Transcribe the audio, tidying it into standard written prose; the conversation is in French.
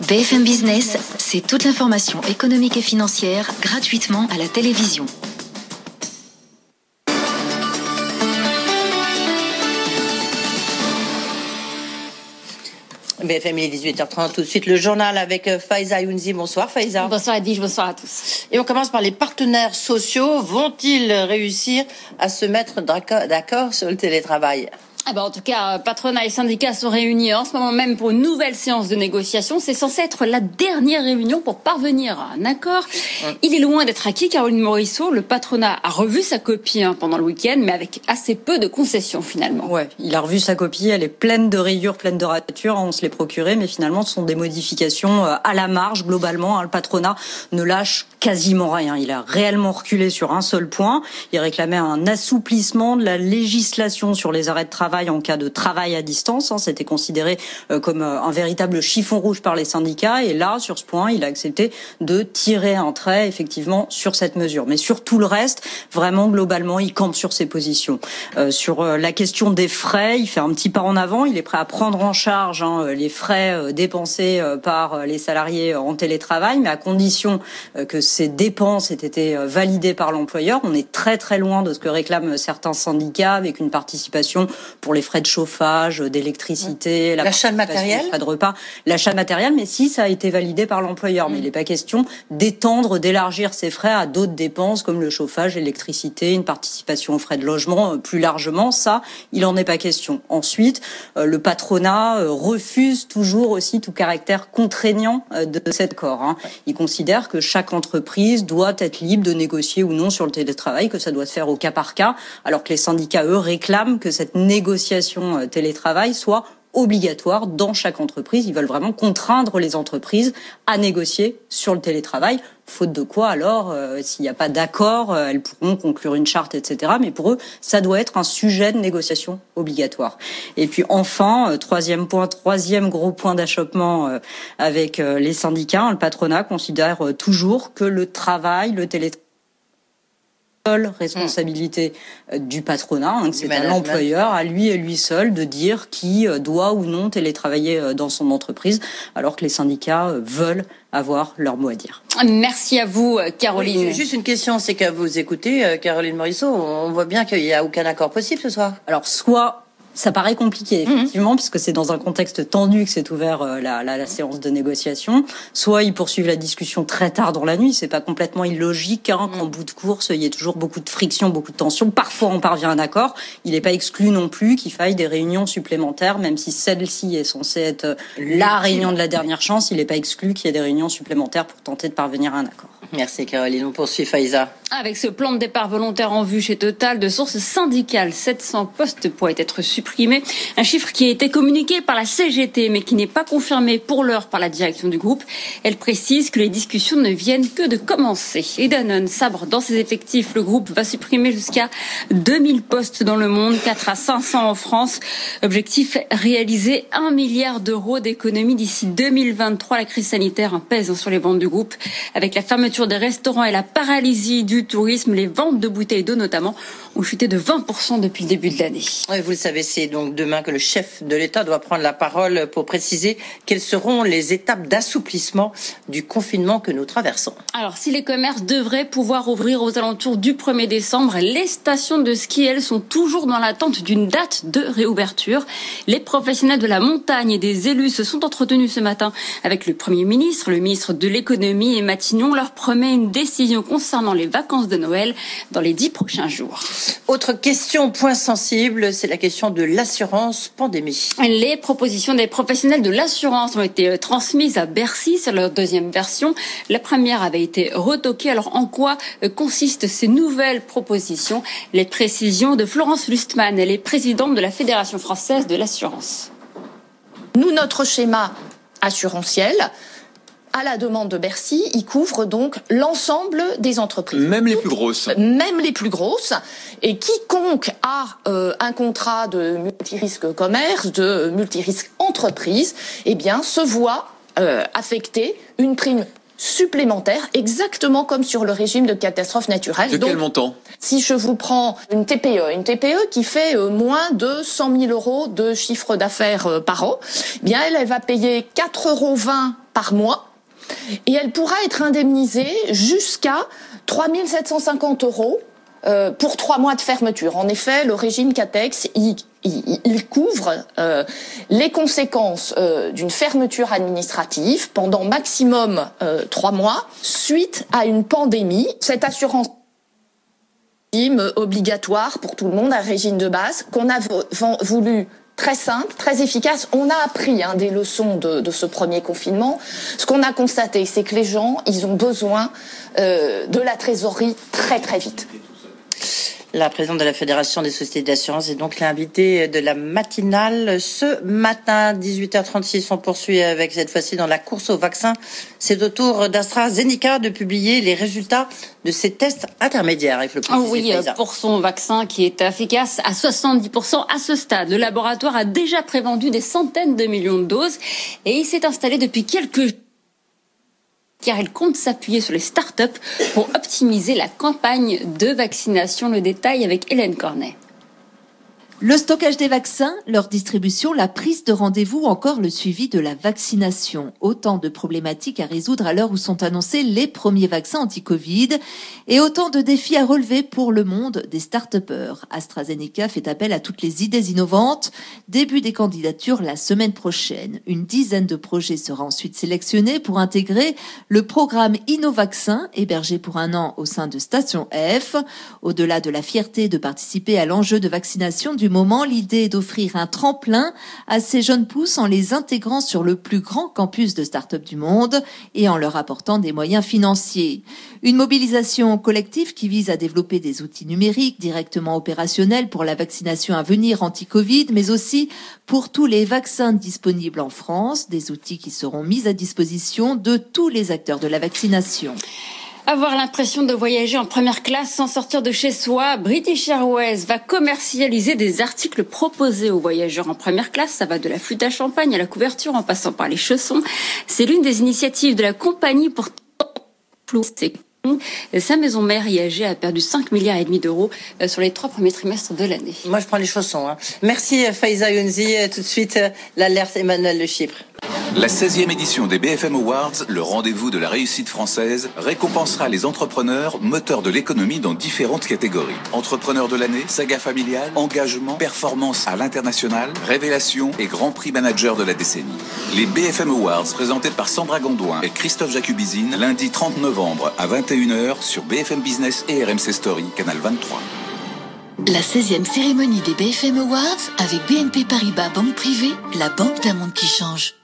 BFM Business, c'est toute l'information économique et financière gratuitement à la télévision. BFM, il est 18h30, tout de suite le journal avec Faiza Younzi. Bonsoir Faiza. Bonsoir Edwige, bonsoir à tous. Et on commence par les partenaires sociaux. Vont-ils réussir à se mettre d'accord sur le télétravail ? En tout cas, patronat et syndicats sont réunis en ce moment même pour une nouvelle séance de négociation. C'est censé être la dernière réunion pour parvenir à un accord. Il est loin d'être acquis. Caroline Morisseau, le patronat a revu sa copie pendant le week-end, mais avec assez peu de concessions finalement. Ouais, il a revu sa copie. Elle est pleine de rayures, pleine de ratures. On se les procurait, mais finalement, ce sont des modifications à la marge globalement. Le patronat ne lâche quasiment rien. Il a réellement reculé sur un seul point. Il réclamait un assouplissement de la législation sur les arrêts de travail en cas de travail à distance. C'était considéré comme un véritable chiffon rouge par les syndicats. Et là, sur ce point, il a accepté de tirer un trait, effectivement, sur cette mesure. Mais sur tout le reste, vraiment, globalement, il campe sur ses positions. Sur la question des frais, il fait un petit pas en avant. Il est prêt à prendre en charge les frais dépensés par les salariés en télétravail, mais à condition que ces dépenses aient été validées par l'employeur. On est très, très loin de ce que réclament certains syndicats, avec une participation pour les frais de chauffage, d'électricité, l'achat de matériel, frais de repas, l'achat de matériel, mais si ça a été validé par l'employeur. Mais il n'est pas question d'étendre, d'élargir ces frais à d'autres dépenses comme le chauffage, l'électricité, une participation aux frais de logement plus largement. Ça, il en est pas question. Ensuite, le patronat refuse toujours aussi tout caractère contraignant de cet accord. Il considère que chaque entreprise doit être libre de négocier ou non sur le télétravail, que ça doit se faire au cas par cas, alors que les syndicats, eux, réclament que cette négociation télétravail soit obligatoire dans chaque entreprise. Ils veulent vraiment contraindre les entreprises à négocier sur le télétravail. Faute de quoi, alors, s'il n'y a pas d'accord, elles pourront conclure une charte, etc. Mais pour eux, ça doit être un sujet de négociation obligatoire. Et puis enfin, troisième gros point d'achoppement avec les syndicats, le patronat considère toujours que le travail, le télétravail, seule responsabilité du patronat, que c'est à l'employeur, à lui et lui seul, de dire qui doit ou non télétravailler dans son entreprise, alors que les syndicats veulent avoir leur mot à dire. Merci à vous, Caroline. Oui, juste une question, c'est qu'à vous écouter, Caroline Morisseau, on voit bien qu'il n'y a aucun accord possible ce soir. Alors, soit ça paraît compliqué, effectivement, puisque c'est dans un contexte tendu que s'est ouvert la séance de négociation. Soit ils poursuivent la discussion très tard dans la nuit. C'est pas complètement illogique qu'en bout de course, il y ait toujours beaucoup de friction, beaucoup de tension. Parfois, on parvient à un accord. Il n'est pas exclu non plus qu'il faille des réunions supplémentaires, même si celle-ci est censée être la réunion de la dernière chance. Il n'est pas exclu qu'il y ait des réunions supplémentaires pour tenter de parvenir à un accord. Merci Caroline. On poursuit Faiza. Avec ce plan de départ volontaire en vue chez Total, de sources syndicales, 700 postes pourraient être supprimés. Un chiffre qui a été communiqué par la CGT, mais qui n'est pas confirmé pour l'heure par la direction du groupe. Elle précise que les discussions ne viennent que de commencer. Et Danone sabre dans ses effectifs. Le groupe va supprimer jusqu'à 2000 postes dans le monde, 4 à 500 en France. Objectif, réaliser 1 milliard d'euros d'économies d'ici 2023. La crise sanitaire pèse sur les ventes du groupe. Avec la fermeture des restaurants et la paralysie du tourisme, les ventes de bouteilles d'eau notamment ont chuté de 20% depuis le début de l'année. Oui, vous le savez, c'est donc demain que le chef de l'État doit prendre la parole pour préciser quelles seront les étapes d'assouplissement du confinement que nous traversons. Alors, si les commerces devraient pouvoir ouvrir aux alentours du 1er décembre, les stations de ski, elles, sont toujours dans l'attente d'une date de réouverture. Les professionnels de la montagne et des élus se sont entretenus ce matin avec le Premier ministre, le ministre de l'économie, et Matignon leur promet une décision concernant les vacances de Noël dans les 10 prochains jours. Autre question, point sensible, c'est la question de l'assurance pandémie. Les propositions des professionnels de l'assurance ont été transmises à Bercy, c'est leur deuxième version. La première avait été retoquée. Alors en quoi consistent ces nouvelles propositions? Les précisions de Florence Lustmann, elle est présidente de la Fédération française de l'assurance. Nous, notre schéma assurantiel, à la demande de Bercy, il couvre donc l'ensemble des entreprises. Même les plus grosses. Même les plus grosses. Et quiconque a un contrat de multirisque commerce, de multirisque entreprise, eh bien, se voit affecter une prime supplémentaire, exactement comme sur le régime de catastrophe naturelle. De quel montant ? Si je vous prends une TPE qui fait moins de 100 000 euros de chiffre d'affaires par an, eh bien elle va payer 4,20 € par mois. Et elle pourra être indemnisée jusqu'à 3 750 € pour 3 mois de fermeture. En effet, le régime CATEX, il couvre les conséquences d'une fermeture administrative pendant maximum 3 mois suite à une pandémie. Cette assurance obligatoire pour tout le monde, un régime de base qu'on a voulu très simple, très efficace. On a appris des leçons de ce premier confinement. Ce qu'on a constaté, c'est que les gens, ils ont besoin de la trésorerie très très vite. La présidente de la Fédération des sociétés d'assurance est donc l'invitée de la matinale ce matin, 18h36. On poursuit avec cette fois-ci dans la course au vaccin. C'est au tour d'AstraZeneca de publier les résultats de ses tests intermédiaires. Il faut le préciser, oui, pour son vaccin qui est efficace à 70% à ce stade. Le laboratoire a déjà prévendu des centaines de millions de doses et il s'est installé depuis quelques jours car il compte s'appuyer sur les startups pour optimiser la campagne de vaccination. Le détail avec Hélène Cornet. Le stockage des vaccins, leur distribution, la prise de rendez-vous ou encore le suivi de la vaccination. Autant de problématiques à résoudre à l'heure où sont annoncés les premiers vaccins anti-Covid et autant de défis à relever pour le monde des start-upers. AstraZeneca fait appel à toutes les idées innovantes. Début des candidatures la semaine prochaine. Une dizaine de projets sera ensuite sélectionnés pour intégrer le programme InnoVaccin, hébergé pour 1 an au sein de Station F. Au-delà de la fierté de participer à l'enjeu de vaccination du moment, l'idée est d'offrir un tremplin à ces jeunes pousses en les intégrant sur le plus grand campus de start-up du monde et en leur apportant des moyens financiers. Une mobilisation collective qui vise à développer des outils numériques directement opérationnels pour la vaccination à venir anti-Covid, mais aussi pour tous les vaccins disponibles en France, des outils qui seront mis à disposition de tous les acteurs de la vaccination. Avoir l'impression de voyager en première classe sans sortir de chez soi, British Airways va commercialiser des articles proposés aux voyageurs en première classe. Ça va de la flûte à champagne à la couverture en passant par les chaussons. C'est l'une des initiatives de la compagnie pour sa maison mère IAG a perdu 5,5 milliards d'euros sur les 3 premiers trimestres de l'année. Moi, je prends les chaussons. Merci Faiza Younzi. Tout de suite, l'alerte Emmanuel Le Chypre. La 16e édition des BFM Awards, le rendez-vous de la réussite française, récompensera les entrepreneurs moteurs de l'économie dans différentes catégories. Entrepreneurs de l'année, saga familiale, engagement, performance à l'international, révélation et grand prix manager de la décennie. Les BFM Awards présentés par Sandra Gondouin et Christophe Jacubizine, lundi 30 novembre à 21h sur BFM Business et RMC Story, canal 23. La 16e cérémonie des BFM Awards avec BNP Paribas Banque Privée, la banque d'un monde qui change.